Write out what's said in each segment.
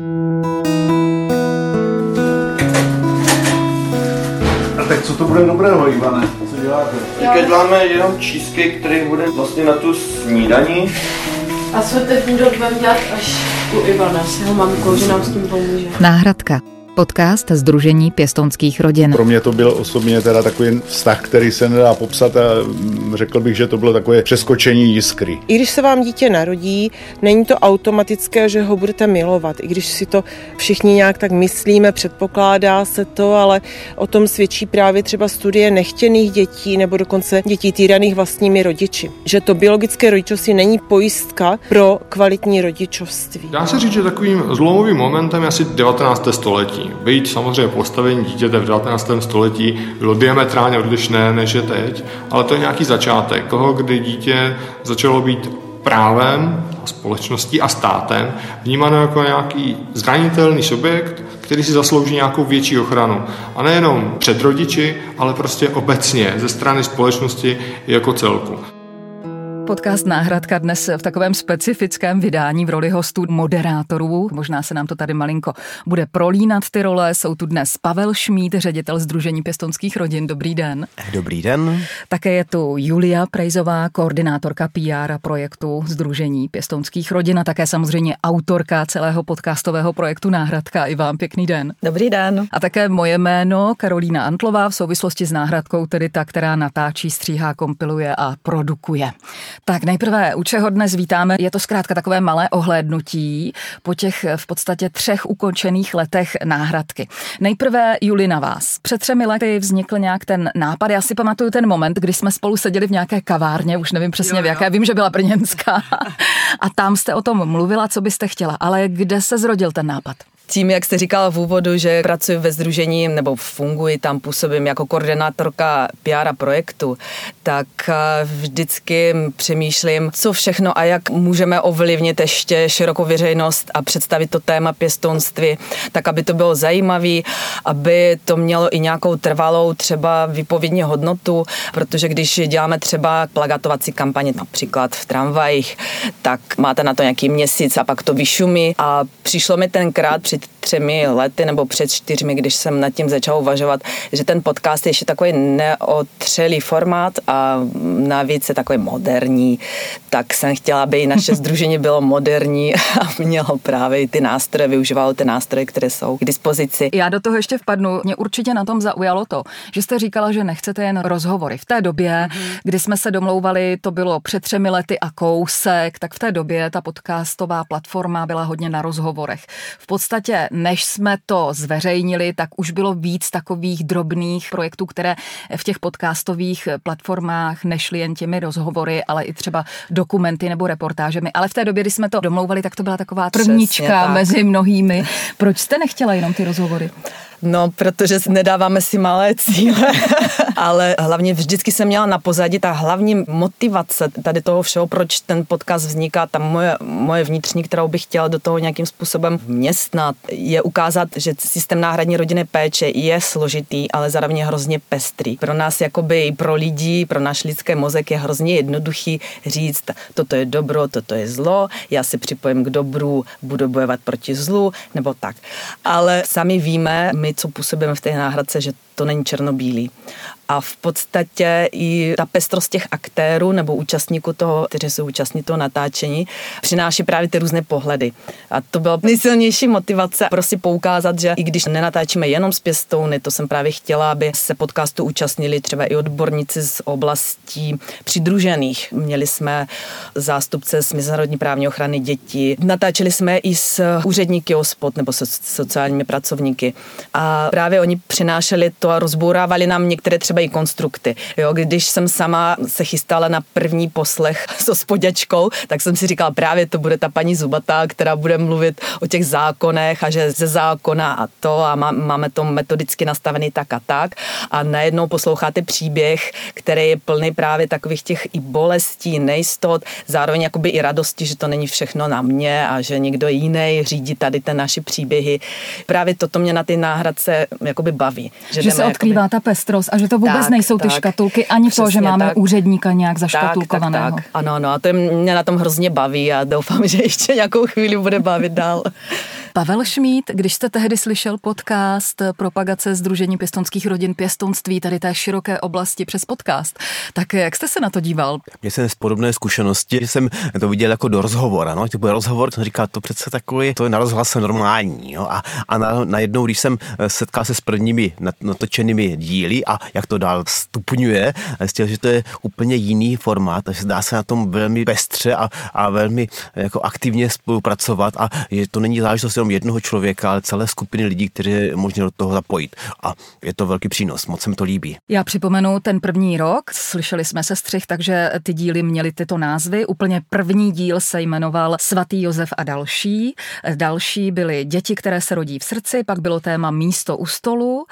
A tak co to bude dobrého, Ivane? Co děláte? Teď děláme jenom cheesecake, který bude vlastně na tu snídani. A co teď budeme dělat až u Ivana, s jeho mamkou, že nám s tím pomůže. Náhradka. Podcast Sdružení pěstounských rodin. Pro mě to byl osobně teda takový vztah, který se nedá popsat a řekl bych, že to bylo takové přeskočení jiskry. I když se vám dítě narodí, není to automatické, že ho budete milovat. I když si to všichni nějak tak myslíme, předpokládá se to, ale o tom svědčí právě třeba studie nechtěných dětí nebo dokonce dětí týraných vlastními rodiči. Že to biologické rodičovství není pojistka pro kvalitní rodičovství. Dá se říct, že takovým zlomovým momentem je asi 19. století. Byť samozřejmě postavení dítěte v 19. století bylo diametrálně odlišné než je teď, ale to je nějaký začátek toho, kdy dítě začalo být právem, společností a státem vnímáno jako nějaký zranitelný subjekt, který si zaslouží nějakou větší ochranu. A nejenom před rodiči, ale prostě obecně ze strany společnosti jako celku. Podcast Náhradka dnes v takovém specifickém vydání v roli hostů moderátorů. Možná se nám to tady malinko bude prolínat ty role. Jsou tu dnes Pavel Šmíd, ředitel Sdružení pěstounských rodin. Dobrý den. Dobrý den. Také je tu Julia Prejzová, koordinátorka PR a projektu Sdružení pěstounských rodin a také samozřejmě autorka celého podcastového projektu Náhradka. I vám pěkný den. Dobrý den. A také moje jméno Karolína Antlová v souvislosti s Náhradkou, tedy ta, která natáčí, stříhá, kompiluje a produkuje. Tak nejprve, u čeho dnes vítáme, je to zkrátka takové malé ohlédnutí po těch v podstatě 3 ukončených letech Náhradky. Nejprve Juli na vás. Před 3 lety vznikl nějak ten nápad, já si pamatuju ten moment, kdy jsme spolu seděli v nějaké kavárně, už nevím přesně v jaké, vím, že byla brněnská a tam jste o tom mluvila, co byste chtěla, ale kde se zrodil ten nápad? Tím, jak jste říkala v úvodu, že pracuji ve sdružení nebo funguji tam, působím jako koordinátorka PR a projektu, tak vždycky přemýšlím, co všechno a jak můžeme ovlivnit ještě širokou veřejnost a představit to téma pěstounství, tak aby to bylo zajímavé, aby to mělo i nějakou trvalou třeba výpovědní hodnotu, protože když děláme třeba plakatovací kampaně, například v tramvajích, tak máte na to nějaký měsíc a pak to vyšumí a přišlo mi tenkrát před 3 lety nebo před 4, když jsem nad tím začala uvažovat, že ten podcast je ještě takový neotřelý formát a navíc je takový moderní, tak jsem chtěla, aby i naše sdružení bylo moderní a mělo právě ty nástroje, využívalo ty nástroje, které jsou k dispozici. Já do toho ještě vpadnu. Mě určitě na tom zaujalo to, že jste říkala, že nechcete jen rozhovory. V té době, kdy jsme se domlouvali, to bylo před 3 lety a kousek, tak v té době ta podcastová platforma byla hodně na rozhovorech. V podstatě, než jsme to zveřejnili, tak už bylo víc takových drobných projektů, které v těch podcastových platformách nešly jen těmi rozhovory, ale i třeba dokumenty nebo reportážemi. Ale v té době, kdy jsme to domlouvali, tak to byla taková prvnička mezi mnohými. Proč jste nechtěla jenom ty rozhovory? No, protože nedáváme si malé cíle, ale hlavně vždycky jsem měla na pozadí ta hlavní motivace tady toho všeho, proč ten podcast vzniká, ta moje vnitřní, kterou bych chtěla do toho nějakým způsobem vměstnat, je ukázat, že systém náhradní rodinné péče je složitý, ale zároveň je hrozně pestrý. Pro nás, jakoby i pro lidi, pro náš lidský mozek je hrozně jednoduchý říct, toto je dobro, toto je zlo, já se připojím k dobru, budu bojovat proti zlu, nebo tak. Ale sami víme, my, co působíme v té náhradce, že to není černobílý. A v podstatě i ta pestrost těch aktérů nebo účastníků toho, kteří jsou účastní toho natáčení, přináší právě ty různé pohledy. A to byla nejsilnější motivace prostě poukázat, že i když nenatáčíme jenom z pěstouny, to jsem právě chtěla, aby se podcastu účastnili třeba i odborníci z oblastí přidružených. Měli jsme zástupce z Mezinárodní právní ochrany dětí. Natáčeli jsme i s úředníky OSPOD nebo se sociálními pracovníky. A právě oni přinášeli to a rozbourávali nám některé třeba i konstrukty. Jo, když jsem sama se chystala na první poslech s ospoďačkou, tak jsem si říkala, právě to bude ta paní Zubatá, která bude mluvit o těch zákonech a že ze zákona a to a máme to metodicky nastavený tak a tak a najednou posloucháte příběh, který je plný právě takových těch i bolestí, nejistot, zároveň jakoby i radosti, že to není všechno na mě a že někdo jiný řídí tady ty naše příběhy. Právě toto mě na ty náhradce jakoby baví. Že se odkrývá ta pestrost a že to vůbec nejsou ty škatulky, ani to, že máme úředníka nějak zaškatulkovaného. Tak. Ano, a to mě na tom hrozně baví a doufám, že ještě nějakou chvíli bude bavit dál. Pavel Šmíd, když jste tehdy slyšel podcast propagace Sdružení pěstounských rodin pěstounství, tady té široké oblasti přes podcast, tak jak jste se na to díval? Měl jsem z podobné zkušenosti, že jsem to viděl jako do rozhovora, no, to byl rozhovor, jsem říkal, to přece takový, to je na rozhlase normální, jo, a najednou, když jsem setkal se s prvními natočenými díly a jak to dál stupňuje, zjistil, že to je úplně jiný formát, takže dá se na tom velmi pestře a velmi jako aktivně spolupracovat a že to není záležitost jenom jednoho člověka, ale celé skupiny lidí, kteří je možné do toho zapojit. A je to velký přínos, moc se mi to líbí. Já připomenu ten první rok, slyšeli jsme Sestřih, takže ty díly měly tyto názvy. Úplně první díl se jmenoval Svatý Josef a další. Další byly Děti, které se rodí v srdci, pak bylo téma Místo u stolu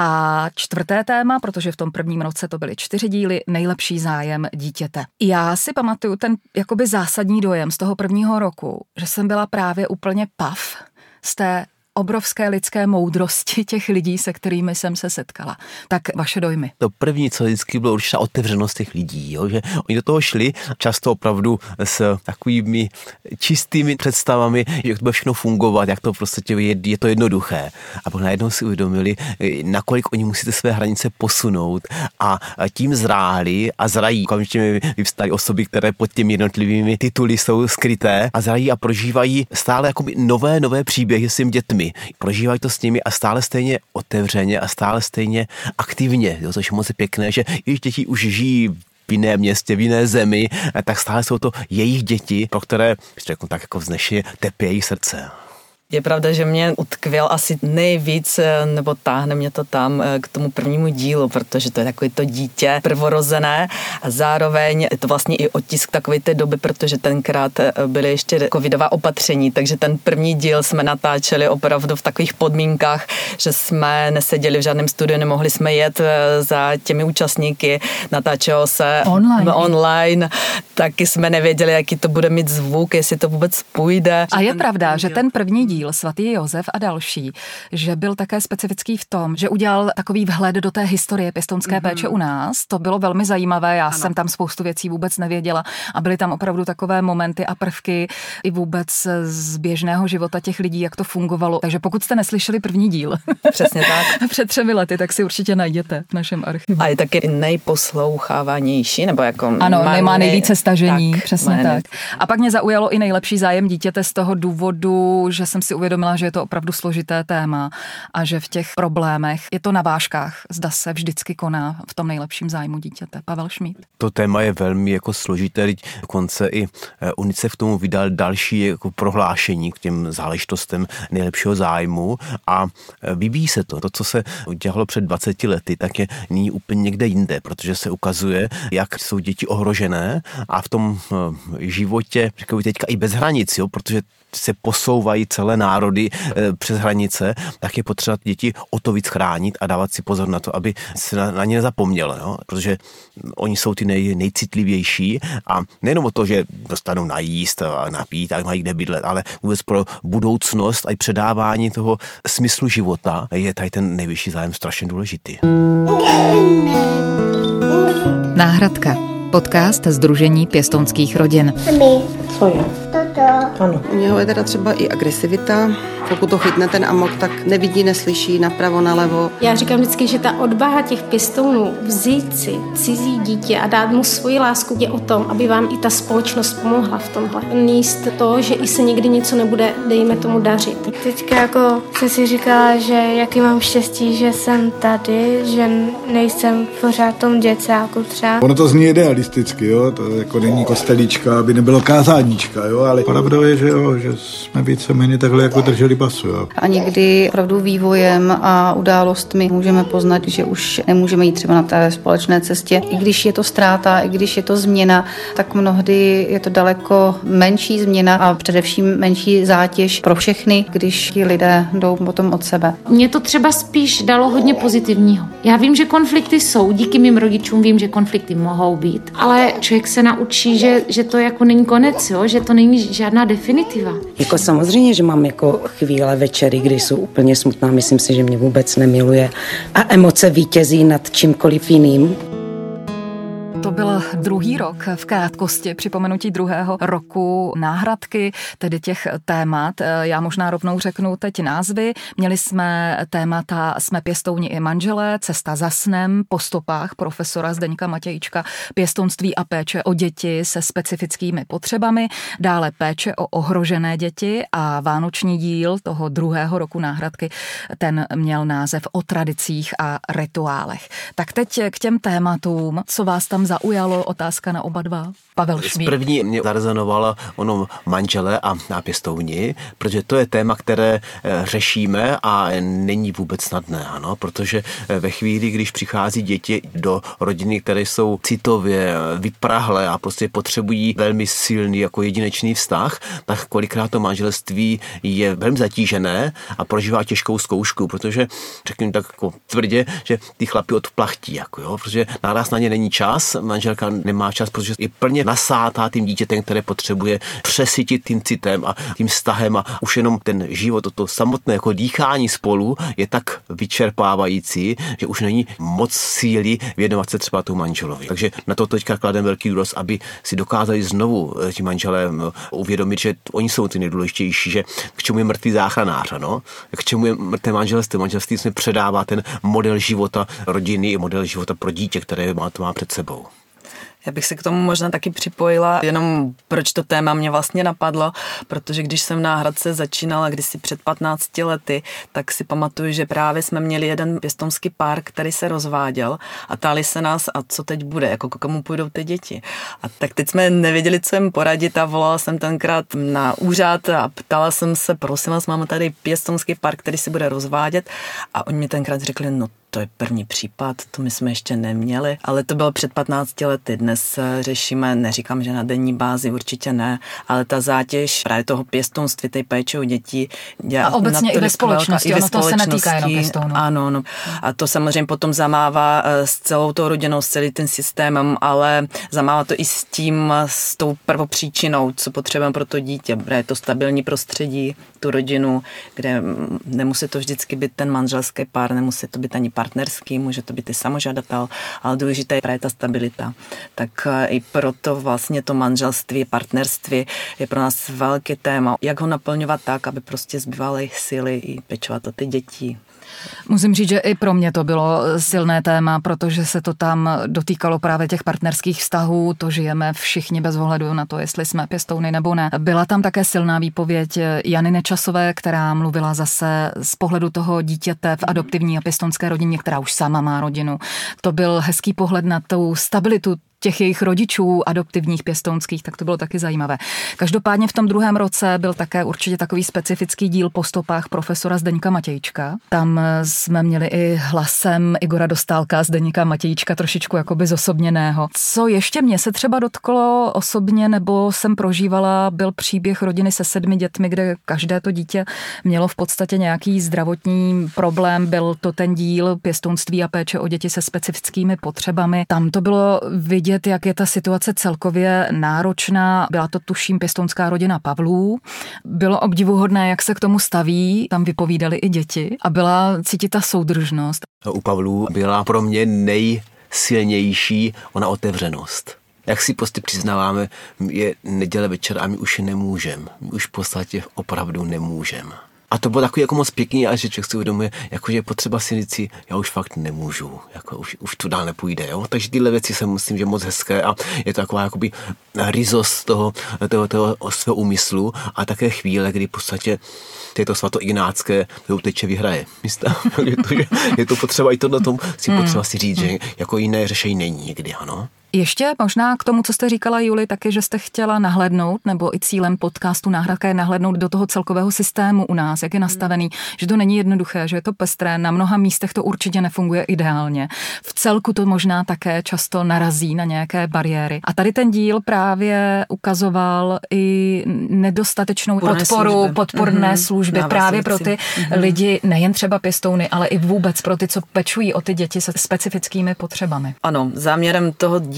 a čtvrté téma, protože v tom prvním roce to byly 4 díly, Nejlepší zájem dítěte. Já si pamatuju ten jakoby zásadní dojem z toho prvního roku, že jsem byla právě úplně paf z té obrovské lidské moudrosti těch lidí, se kterými jsem se setkala. Tak vaše dojmy. To první, co vždycky bylo určitá otevřenost těch lidí, jo? Že oni do toho šli často opravdu s takovými čistými představami, jak to bude všechno fungovat, jak to prostě je to jednoduché. A pak najednou si uvědomili, nakolik oni musíte své hranice posunout a tím zráli a zrají. Okamžitě vyvstaly osoby, které pod těmi jednotlivými tituly jsou skryté a zrají a prožívají stále jakoby nové příběhy s těmi dětmi. Prožívají to s nimi a stále stejně otevřeně a stále stejně aktivně. Jo, což je moc pěkné, že když děti už žijí v jiném městě, v jiné zemi, tak stále jsou to jejich děti, pro které, řeknu tak, jako vznešuje tepě jejich srdce. Je pravda, že mě utkvěl asi nejvíc, nebo táhne mě to tam k tomu prvnímu dílu, protože to je takový to dítě prvorozené a zároveň je to vlastně i otisk takové té doby, protože tenkrát byly ještě covidová opatření, takže ten první díl jsme natáčeli opravdu v takových podmínkách, že jsme neseděli v žádném studiu, nemohli jsme jet za těmi účastníky, natáčelo se online, taky jsme nevěděli, jaký to bude mít zvuk, jestli to vůbec půjde. A je pravda, že ten první díl Svatý Josef a další, že byl také specifický v tom, že udělal takový vhled do té historie pěstounské péče u nás. To bylo velmi zajímavé, já jsem tam spoustu věcí vůbec nevěděla a byly tam opravdu takové momenty a prvky i vůbec z běžného života těch lidí, jak to fungovalo. Takže pokud jste neslyšeli první díl, přesně tak, před 3 lety, tak si určitě najděte v našem archivu. A je taky nejposlouchávanější, nebo jako ano, nemá nejvíce stažení, tak, přesně tak. A pak mě zaujalo i Nejlepší zájem dítěte z toho důvodu, že jsem si uvědomila, že je to opravdu složité téma a že v těch problémech je to na vážkách, zda se vždycky koná v tom nejlepším zájmu dítěte. Pavel Šmíd. To téma je velmi jako složité, dokonce i UNICEF k tomu vydal další jako prohlášení k těm záležitostem nejlepšího zájmu a vyvíjí se to. To, co se dělalo před 20 lety, tak je nyní úplně někde jinde, protože se ukazuje, jak jsou děti ohrožené a v tom životě, řekl bych teďka i bez hranic, jo, protože se posouvají celé národy přes hranice, tak je potřeba děti o to víc chránit a dávat si pozor na to, aby se na ně nezapomnělo, jo? Protože oni jsou ty nejcitlivější a nejenom o to, že dostanou najíst a napít a mají kde bydlet, ale vůbec pro budoucnost a i předávání toho smyslu života je tady ten nejvyšší zájem strašně důležitý. Náhradka. Podcast Sdružení pěstounských rodin. Co je? Ano. U něho je teda třeba i agresivita. Pokud to chytne ten amok, tak nevidí, neslyší napravo, nalevo. Já říkám vždycky, že ta odvaha těch pěstounů vzít si cizí dítě a dát mu svoji lásku je o tom, aby vám i ta společnost pomohla v tomhle. Níst to, že i se někdy něco nebude, dejme tomu, dařit. Teďka jako jsem si říkala, že jaký mám štěstí, že jsem tady, že nejsem pořád v tom děcáku třeba. Ono to zní idealisticky, jo, to jako není kostelíčka, aby nebylo kázáníčka, jo, ale pravda je, že jo, že jsme víceméně takhle jako drželi basu, jo. A někdy opravdu vývojem a událostmi můžeme poznat, že už nemůžeme jít třeba na té společné cestě. I když je to ztráta, i když je to změna, tak mnohdy je to daleko menší změna a především menší zátěž pro všechny, když ti lidé jdou potom od sebe. Mně to třeba spíš dalo hodně pozitivního. Já vím, že konflikty jsou, díky mým rodičům vím, že konflikty mohou být, ale člověk se naučí, že to jako není konec, jo? Že to není žádná definitiva. Jako samozřejmě, že mám jako chvíle večery, kdy jsou úplně smutná, myslím si, že mě vůbec nemiluje a emoce vítězí nad čímkoliv jiným. To byl druhý rok, v krátkosti připomenutí druhého roku náhradky, tedy těch témat. Já možná rovnou řeknu teď názvy. Měli jsme témata Jsme pěstouni i manželé, Cesta za snem, Po stopách profesora Zdeňka Matějčka, Pěstounství a péče o děti se specifickými potřebami, dále péče o ohrožené děti a vánoční díl toho druhého roku náhradky, ten měl název O tradicích a rituálech. Tak teď k těm tématům, co vás tam zaujalo, otázka na oba dva. Pavel Šmíd. První mě zarezonovalo ono manžele a pěstouni, protože to je téma, které řešíme a není vůbec snadné, ano, protože ve chvíli, když přichází děti do rodiny, které jsou citově vyprahlé a prostě potřebují velmi silný jako jedinečný vztah, tak kolikrát to manželství je velmi zatížené a prožívá těžkou zkoušku, protože řekněme tak jako tvrdě, že ty chlapi odplachtí, jako jo, protože naraz na ně není čas, manželka nemá čas, protože je plně nasátá tím dítětem, které potřebuje přesytit tím citem a tím vztahem a už jenom ten život, to samotné jako dýchání spolu je tak vyčerpávající, že už není moc síly věnovat se třeba tomu manželovi. Takže na to teďka kladem velký důraz, aby si dokázali znovu ti manželé uvědomit, že oni jsou ty nejdůležitější, že k čemu je mrtvý záchranář, ano? K čemu je mrtvé manželství? Manželství se předává ten model života rodiny i model života pro dítě, které to má před sebou. Já bych se k tomu možná taky připojila, jenom proč to téma mě vlastně napadlo, protože když jsem v náhradce začínala kdysi před 15 lety, tak si pamatuju, že právě jsme měli jeden pěstounský pár, který se rozváděl a ptali se nás, a co teď bude, jako komu půjdou ty děti. A tak teď jsme nevěděli, co jim poradit a volala jsem tenkrát na úřad a ptala jsem se, prosím vás, máme tady pěstounský pár, který si bude rozvádět a oni mi tenkrát řekli, no to je první případ, to my jsme ještě neměli, ale to bylo před 15 lety. Dnes řešíme, neříkám, že na denní bázi, určitě ne, ale ta zátěž právě toho pěstounství, té péče o děti je a obecně i ve společnosti, ono to se netýká jenom pěstounů. Ano, no. A to samozřejmě potom zamává s celou tou rodinou, s celým tím systémem, ale zamává to i s tou prvopříčinou, co potřebujeme pro to dítě, je to stabilní prostředí, tu rodinu, kde nemusí to vždycky být ten manželský pár, nemusí to být ani partnerský, může to být i samožadatel, ale důležité je právě ta stabilita. Tak i proto vlastně to manželství, partnerství je pro nás velké téma. Jak ho naplňovat tak, aby prostě zbývaly síly i pečovat o ty děti. Musím říct, že i pro mě to bylo silné téma, protože se to tam dotýkalo právě těch partnerských vztahů, to žijeme všichni bez ohledu na to, jestli jsme pěstouny nebo ne. Byla tam také silná výpověď Jany Nečasové, která mluvila zase z pohledu toho dítěte v adoptivní a pěstounské rodině, která už sama má rodinu. To byl hezký pohled na tu stabilitu těch jejich rodičů adoptivních, pěstounských, tak to bylo taky zajímavé. Každopádně v tom druhém roce byl také určitě takový specifický díl Po stopách profesora Zdeňka Matějčka. Tam jsme měli i hlasem Igora Dostálka Zdeňka Matějčka trošičku jakoby zosobněného. Co ještě mě se třeba dotklo osobně, nebo jsem prožívala, byl příběh rodiny se 7 dětmi, kde každé to dítě mělo v podstatě nějaký zdravotní problém. Byl to ten díl Pěstounství a péče o děti se specifickými potřebami. Tam to bylo vidět, jak je ta situace celkově náročná. Byla to tuším pěstounská rodina Pavlů. Bylo obdivuhodné, jak se k tomu staví. Tam vypovídali i děti a byla cítit ta soudržnost. U Pavlů byla pro mě nejsilnější ona otevřenost. Jak si prostě přiznáváme, je neděle večer a my už nemůžeme. My už v podstatě opravdu nemůžeme. A to bylo takový jako moc pěkný, a že člověk si uvědomuje, jako, že je potřeba si říct, já už fakt nemůžu, jako už to dál nepůjde. Jo? Takže tyhle věci se myslím, že moc hezké a je to taková jakoby ryzost toho svého úmyslu a také chvíle, kdy v podstatě to svatoignácké to teče vyhraje. Je to potřeba i tohle tomu si potřeba si říct, že jako jiné řešení není někdy, ano. Ještě možná k tomu, co jste říkala, Juli, taky, že jste chtěla nahlédnout, nebo i cílem podcastu Náhradka je nahlédnout do toho celkového systému u nás, jak je nastavený, že to není jednoduché, že je to pestré, na mnoha místech to určitě nefunguje ideálně. V celku to možná také často narazí na nějaké bariéry. A tady ten díl právě ukazoval i nedostatečnou podporné služby právě pro ty lidi, nejen třeba pěstouny, ale i vůbec pro ty, co pečují o ty děti se specifickými potřebami. Ano, záměrem toho dílu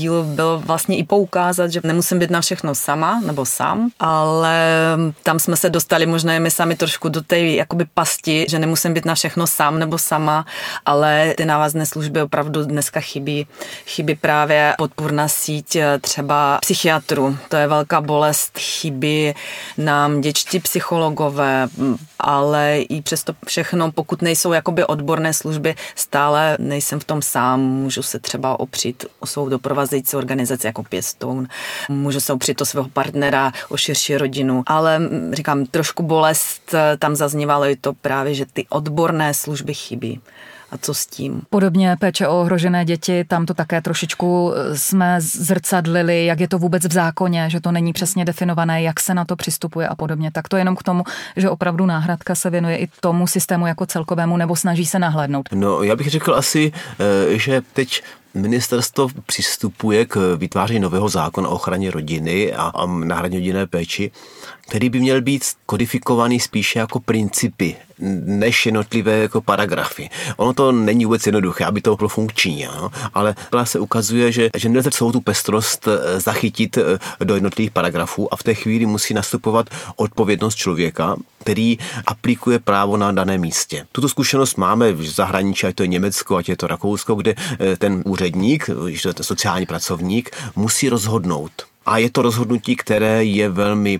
díl byl vlastně i poukázat, že nemusím být na všechno sama nebo sám, ale tam jsme se dostali možná my sami trošku do té jakoby pasti, že nemusím být na všechno sám nebo sama, ale ty návazné služby opravdu dneska chybí právě podpůrná síť třeba psychiatrů. To je velká bolest, chybí nám dětští psychologové, ale i přesto všechno, pokud nejsou jakoby odborné služby, stále nejsem v tom sám, můžu se třeba opřít o svou doprovázející organizaci jako pěstoun, můžu se opřít o svého partnera, o širší rodinu, ale říkám, trošku bolest tam zaznívalo i to právě, že ty odborné služby chybí. A co s tím? Podobně péče o ohrožené děti, tam to také trošičku jsme zrcadlili, jak je to vůbec v zákoně, že to není přesně definované, jak se na to přistupuje a podobně. Tak to jenom k tomu, že opravdu náhradka se věnuje i tomu systému jako celkovému, nebo snaží se nahlédnout. No, já bych řekl asi, že teď ministerstvo přistupuje k vytváření nového zákona o ochraně rodiny a náhradní rodinné péči, který by měl být kodifikovaný spíše jako principy, než jednotlivé jako paragrafy. Ono to není vůbec jednoduché, aby to bylo funkční, jo? Ale se ukazuje, že nelze celou tu pestrost zachytit do jednotlivých paragrafů a v té chvíli musí nastupovat odpovědnost člověka, který aplikuje právo na daném místě. Tuto zkušenost máme v zahraničí, ať to je Německo, ať je to Rakousko, kde ten úředník, ten sociální pracovník, musí rozhodnout. A je to rozhodnutí, které je velmi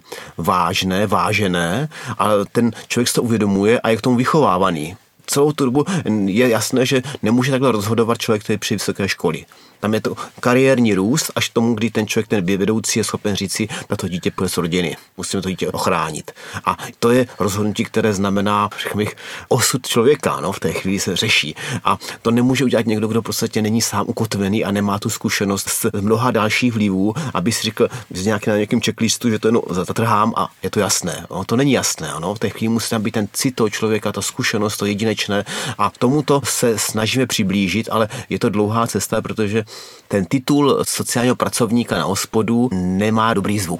vážené, ale ten člověk si to uvědomuje a je k tomu vychovávaný. Celou tu dobu je jasné, že nemůže takhle rozhodovat člověk, který při vysoké školy. Tam je to kariérní růst až tomu, kdy ten člověk, ten vedoucí, je schopen říci, na to dítě půjde z rodiny. Musíme to dítě ochránit. A to je rozhodnutí, které znamená osud člověka, no, v té chvíli se řeší. A to nemůže udělat někdo, kdo prostě není sám ukotvený a nemá tu zkušenost z mnoha dalších vlivů, aby si řekl na nějakém checklistu, že to jenom zatrhám a je to jasné. No, to není jasné. No. V té chvíli musí tam být ten cit toho člověka, ta zkušenost, to jedinečné. A tomuto se snažíme přiblížit, ale je to dlouhá cesta, protože ten titul sociálního pracovníka na OSPODu nemá dobrý zvuk.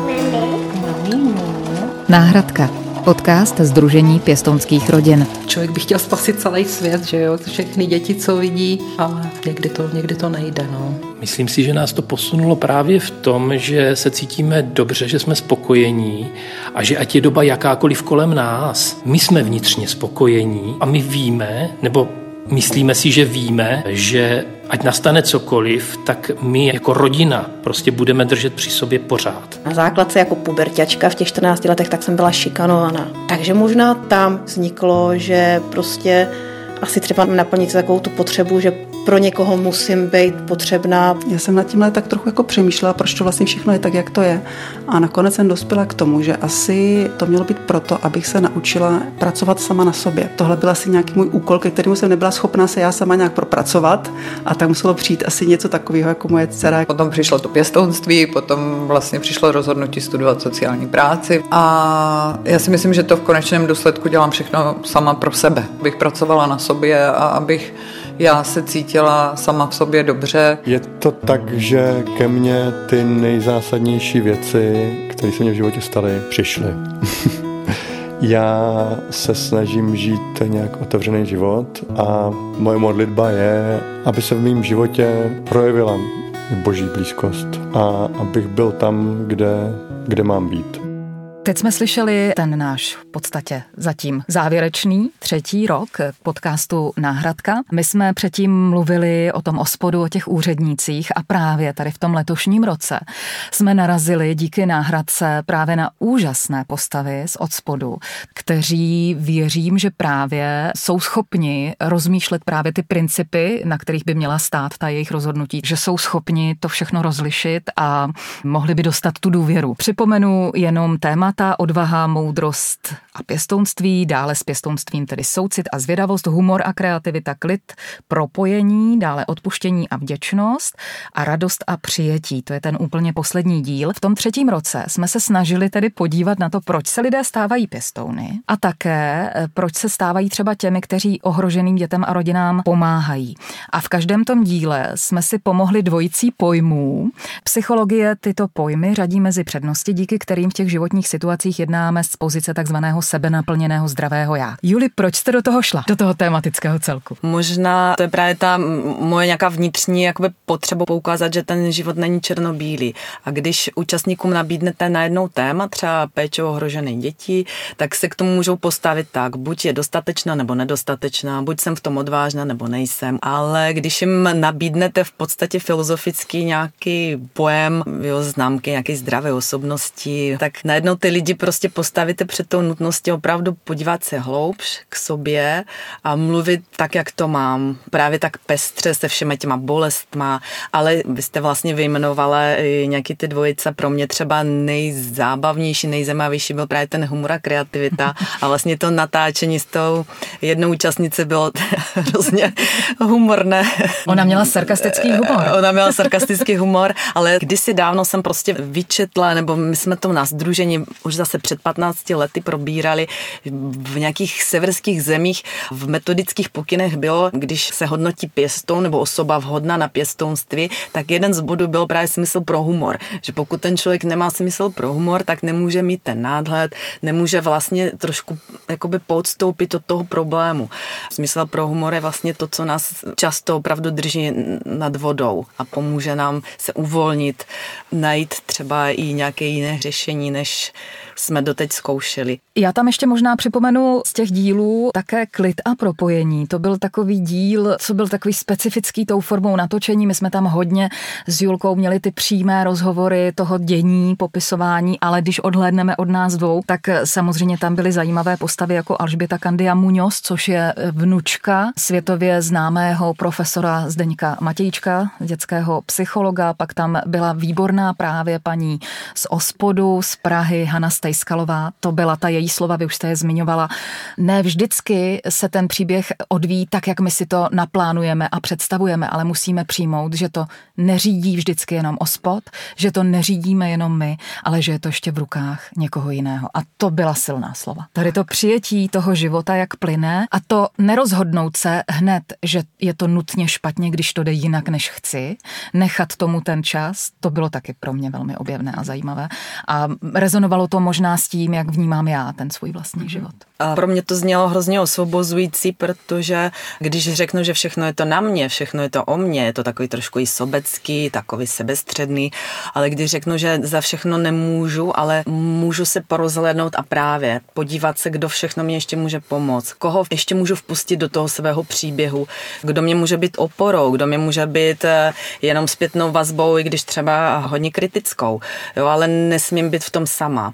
Náhradka. Podcast Sdružení pěstounských rodin. Člověk by chtěl spasit celý svět, že jo, všechny děti, co vidí, ale někdy to nejde, no. Myslím si, že nás to posunulo právě v tom, že se cítíme dobře, že jsme spokojení a že ať je doba jakákoliv kolem nás, my jsme vnitřně spokojení a my víme, nebo myslíme si, že víme, že ať nastane cokoliv, tak my jako rodina prostě budeme držet při sobě pořád. Na základce jako puberťačka v těch 14 letech tak jsem byla šikanovaná. Takže možná tam vzniklo, že prostě asi třeba naplnit takovou tu potřebu, že pro někoho musím být potřebná. Já jsem nad tímhle tak trochu jako přemýšlela, proč to vlastně všechno je tak, jak to je. A nakonec jsem dospěla k tomu, že asi to mělo být proto, abych se naučila pracovat sama na sobě. Tohle byl asi nějaký můj úkol, ke kterému jsem nebyla schopná se já sama nějak propracovat, a tak muselo přijít asi něco takového jako moje dcera. Potom přišlo to pěstounství, potom vlastně přišlo rozhodnutí studovat sociální práci a já si myslím, že to v konečném důsledku dělám všechno sama pro sebe. Abych pracovala na sobě a abych já se cítila sama v sobě dobře. Je to tak, že ke mně ty nejzásadnější věci, které se mě v životě staly, přišly. Já se snažím žít nějak otevřený život a moje modlitba je, aby se v mém životě projevila Boží blízkost a abych byl tam, kde mám být. Teď jsme slyšeli ten náš v podstatě zatím závěrečný 3. rok podcastu Náhradka. My jsme předtím mluvili o tom OSPODu, o těch úřednících a právě tady v tom letošním roce jsme narazili díky Náhradce právě na úžasné postavy z OSPODu, kteří věřím, že právě jsou schopni rozmýšlet právě ty principy, na kterých by měla stát ta jejich rozhodnutí, že jsou schopni to všechno rozlišit a mohli by dostat tu důvěru. Připomenu jenom téma odvaha, moudrost a pěstounství, dále s pěstounstvím tedy soucit a zvědavost, humor a kreativita, klid, propojení, dále odpuštění a vděčnost a radost a přijetí. To je ten úplně poslední díl. V tom 3. roce jsme se snažili tedy podívat na to, proč se lidé stávají pěstouny a také proč se stávají třeba těmi, kteří ohroženým dětem a rodinám pomáhají. A v každém tom díle jsme si pomohli dvojicí pojmů. Psychologie tyto pojmy řadí mezi přednosti, díky kterým v těch životních situacích jednáme z pozice takzvaného sebenaplněného zdravého já. Juli, proč jste do toho šla, do toho tématického celku? Možná to je právě ta moje nějaká vnitřní jakoby potřeba poukázat, že ten život není černobílý. A když účastníkům nabídnete najednou téma, třeba péče o ohrožené děti, tak se k tomu můžou postavit tak, buď je dostatečná nebo nedostatečná, buď jsem v tom odvážná nebo nejsem. Ale když jim nabídnete v podstatě filozofický nějaký pojem, známky nějaké zdravé osobnosti, tak najednou ty lidi prostě postavíte před tou nutností opravdu podívat se hloubš k sobě a mluvit tak, jak to mám. Právě tak pestře se všemi těma bolestma, ale vy jste vlastně vyjmenovala nějaký ty dvojice. Pro mě třeba nejzábavnější, nejzajímavější byl právě ten humor a kreativita a vlastně to natáčení s tou jednou účastnice bylo hrozně humorné. Ona měla sarkastický humor, ale kdysi dávno jsem prostě vyčetla, nebo my jsme to na sdružení už zase před 15 lety probírali v nějakých severských zemích. V metodických pokynech bylo, když se hodnotí pěstoun nebo osoba vhodná na pěstounství, tak jeden z bodů byl právě smysl pro humor. Že pokud ten člověk nemá smysl pro humor, tak nemůže mít ten náhled, nemůže vlastně trošku jakoby podstoupit od toho problému. Smysl pro humor je vlastně to, co nás často opravdu drží nad vodou a pomůže nám se uvolnit, najít třeba i nějaké jiné řešení, než jsme doteď zkoušeli. Já tam ještě možná připomenu z těch dílů také Klid a propojení. To byl takový díl, co byl takový specifický tou formou natočení. My jsme tam hodně s Julkou měli ty přímé rozhovory toho dění, popisování, ale když odhlédneme od nás dvou, tak samozřejmě tam byly zajímavé postavy jako Alžběta Candia Muñoz, což je vnučka světově známého profesora Zdeňka Matějčka, dětského psychologa. Pak tam byla výborná právě paní z OSPODu z Prahy, Hana Stejskalová. To byla ta její slova, vy už jste je zmiňovala. Ne vždycky se ten příběh odvíjí tak, jak my si to naplánujeme a představujeme, ale musíme přijmout, že to neřídí vždycky jenom OSPOD, že to neřídíme jenom my, ale že je to ještě v rukách někoho jiného. A to byla silná slova. Tady to přijetí toho života, jak plyne, a to nerozhodnout se hned, že je to nutně špatně, když to jde jinak, než chci, nechat tomu ten čas, to bylo taky pro mě velmi objevné a zajímavé. A rezonovalo to možná s tím, jak vnímám já ten svůj vlastní život. A pro mě to znělo hrozně osvobozující, protože když řeknu, že všechno je to na mě, všechno je to o mně, je to takový trošku i sobecký, takový sebestředný, ale když řeknu, že za všechno nemůžu, ale můžu se porozhlédnout a právě podívat se, kdo všechno mě ještě může pomoct, koho ještě můžu vpustit do toho svého příběhu, kdo mě může být oporou, kdo mě může být jenom zpětnou vazbou, i když třeba hodně kritickou, jo, ale nesmím být v tom sama.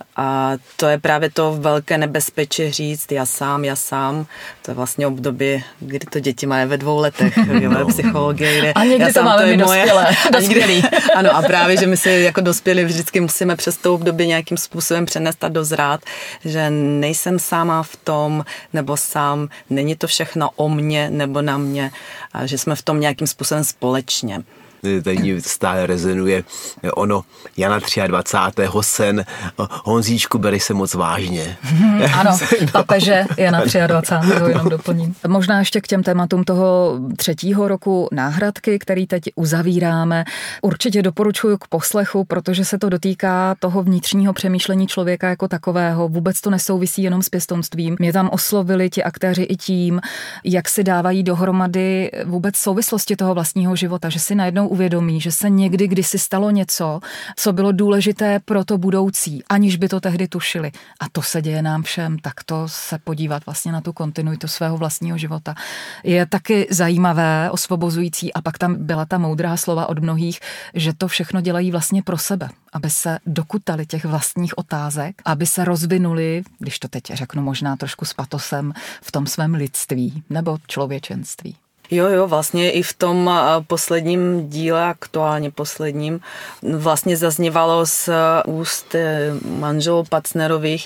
A to je právě to velké nebezpečí říct já sám. To je vlastně období, kdy to děti mají ve 2 letech, ve psychologie, kde a někdy to máme my dospělí. Ano, a právě, že my si jako dospělí vždycky musíme přes to období nějakým způsobem přenést a dozrát, že nejsem sama v tom, nebo sám, není to všechno o mně nebo na mě, a že jsme v tom nějakým způsobem společně. Tady stále rezonuje ono Jana 23. sen, Honzíčku, beri se moc vážně. Ano, papeže Jana 23. jenom doplním. Možná ještě k těm tématům toho 3. roku náhradky, který teď uzavíráme. Určitě doporučuji k poslechu, protože se to dotýká toho vnitřního přemýšlení člověka jako takového. Vůbec to nesouvisí jenom s pěstounstvím. Mě tam oslovili ti aktéři i tím, jak si dávají dohromady vůbec souvislosti toho vlastního života, že si najednou uvědomí, že se někdy kdysi stalo něco, co bylo důležité pro to budoucí, aniž by to tehdy tušili. A to se děje nám všem, tak to se podívat vlastně na tu kontinuitu svého vlastního života. Je taky zajímavé, osvobozující, a pak tam byla ta moudrá slova od mnohých, že to všechno dělají vlastně pro sebe, aby se dokutali těch vlastních otázek, aby se rozvinuli, když to teď řeknu možná trošku s patosem, v tom svém lidství nebo člověčenství. Jo, vlastně i v tom posledním díle, aktuálně posledním, vlastně zazněvalo z úst manželů Pacnerových,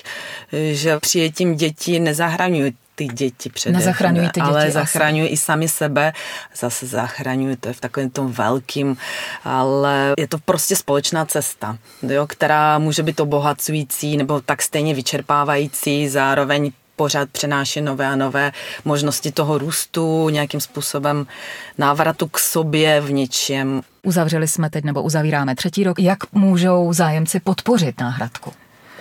že přijetím dětí nezachraňují ty děti Nezachraňují ty děti, ale zachraňují i sami sebe, zase zachraňují, to je v takovém tom velkým, ale je to prostě společná cesta, jo, která může být obohacující nebo tak stejně vyčerpávající, zároveň pořád přenáší nové a nové možnosti toho růstu, nějakým způsobem návratu k sobě v něčem. Uzavřeli jsme teď, nebo uzavíráme 3. rok. Jak můžou zájemci podpořit náhradku?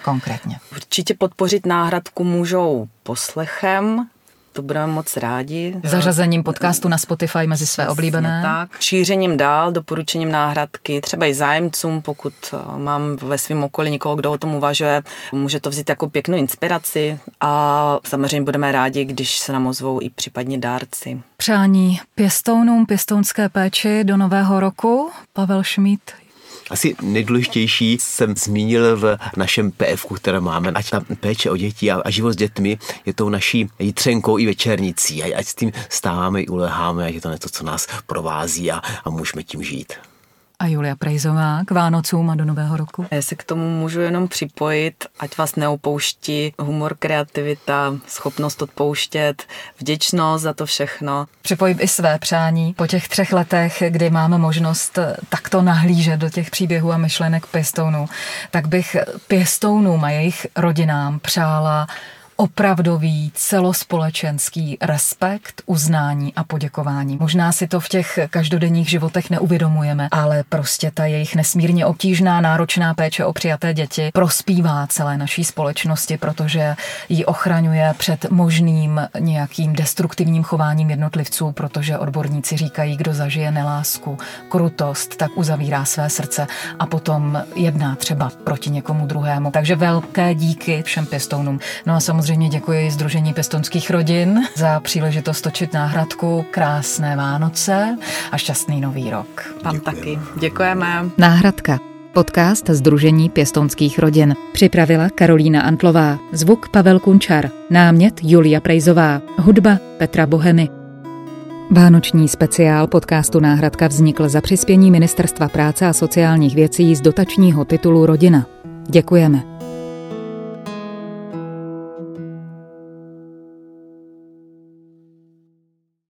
konkrétně? Určitě podpořit náhradku můžou poslechem, to budeme moc rádi. Zařazením podcastu na Spotify mezi své oblíbené. Tak. Šířením dál, doporučením náhradky, třeba i zájemcům, pokud mám ve svém okolí někoho, kdo o tom uvažuje, může to vzít jako pěknou inspiraci a samozřejmě budeme rádi, když se nám ozvou i případně dárci. Přání pěstounům, pěstounské péči do nového roku. Pavel Šmíd. Asi nejdůležitější jsem zmínil v našem PFku, které máme, ať ta péče o děti a život s dětmi je tou naší jitřenkou i večernicí, ať s tím stáváme i uleháme, ať je to něco, co nás provází a můžeme tím žít. A Julia Prejzová k Vánocům a do nového roku? Já se k tomu můžu jenom připojit, ať vás neopouští humor, kreativita, schopnost odpouštět, vděčnost za to všechno. Připojím i své přání po těch 3 letech, kdy máme možnost takto nahlížet do těch příběhů a myšlenek pěstounů, tak bych pěstounům a jejich rodinám přála opravdový celospolečenský respekt, uznání a poděkování. Možná si to v těch každodenních životech neuvědomujeme, ale prostě ta jejich nesmírně obtížná, náročná péče o přijaté děti prospívá celé naší společnosti, protože ji ochraňuje před možným nějakým destruktivním chováním jednotlivců, protože odborníci říkají, kdo zažije nelásku, krutost, tak uzavírá své srdce a potom jedná třeba proti někomu druhému. Takže velké díky všem pěstounům. No a samozřejmě děkuji Sdružení pěstounských rodin za příležitost točit náhradku. Krásné Vánoce a šťastný nový rok. Pan taky. Děkujeme. Náhradka. Podcast Sdružení pěstounských rodin. Připravila Karolína Antlová. Zvuk Pavel Kunčar. Námět Julia Prejzová. Hudba Petra Bohemy. Vánoční speciál podcastu Náhradka vznikl za přispění Ministerstva práce a sociálních věcí z dotačního titulu Rodina. Děkujeme.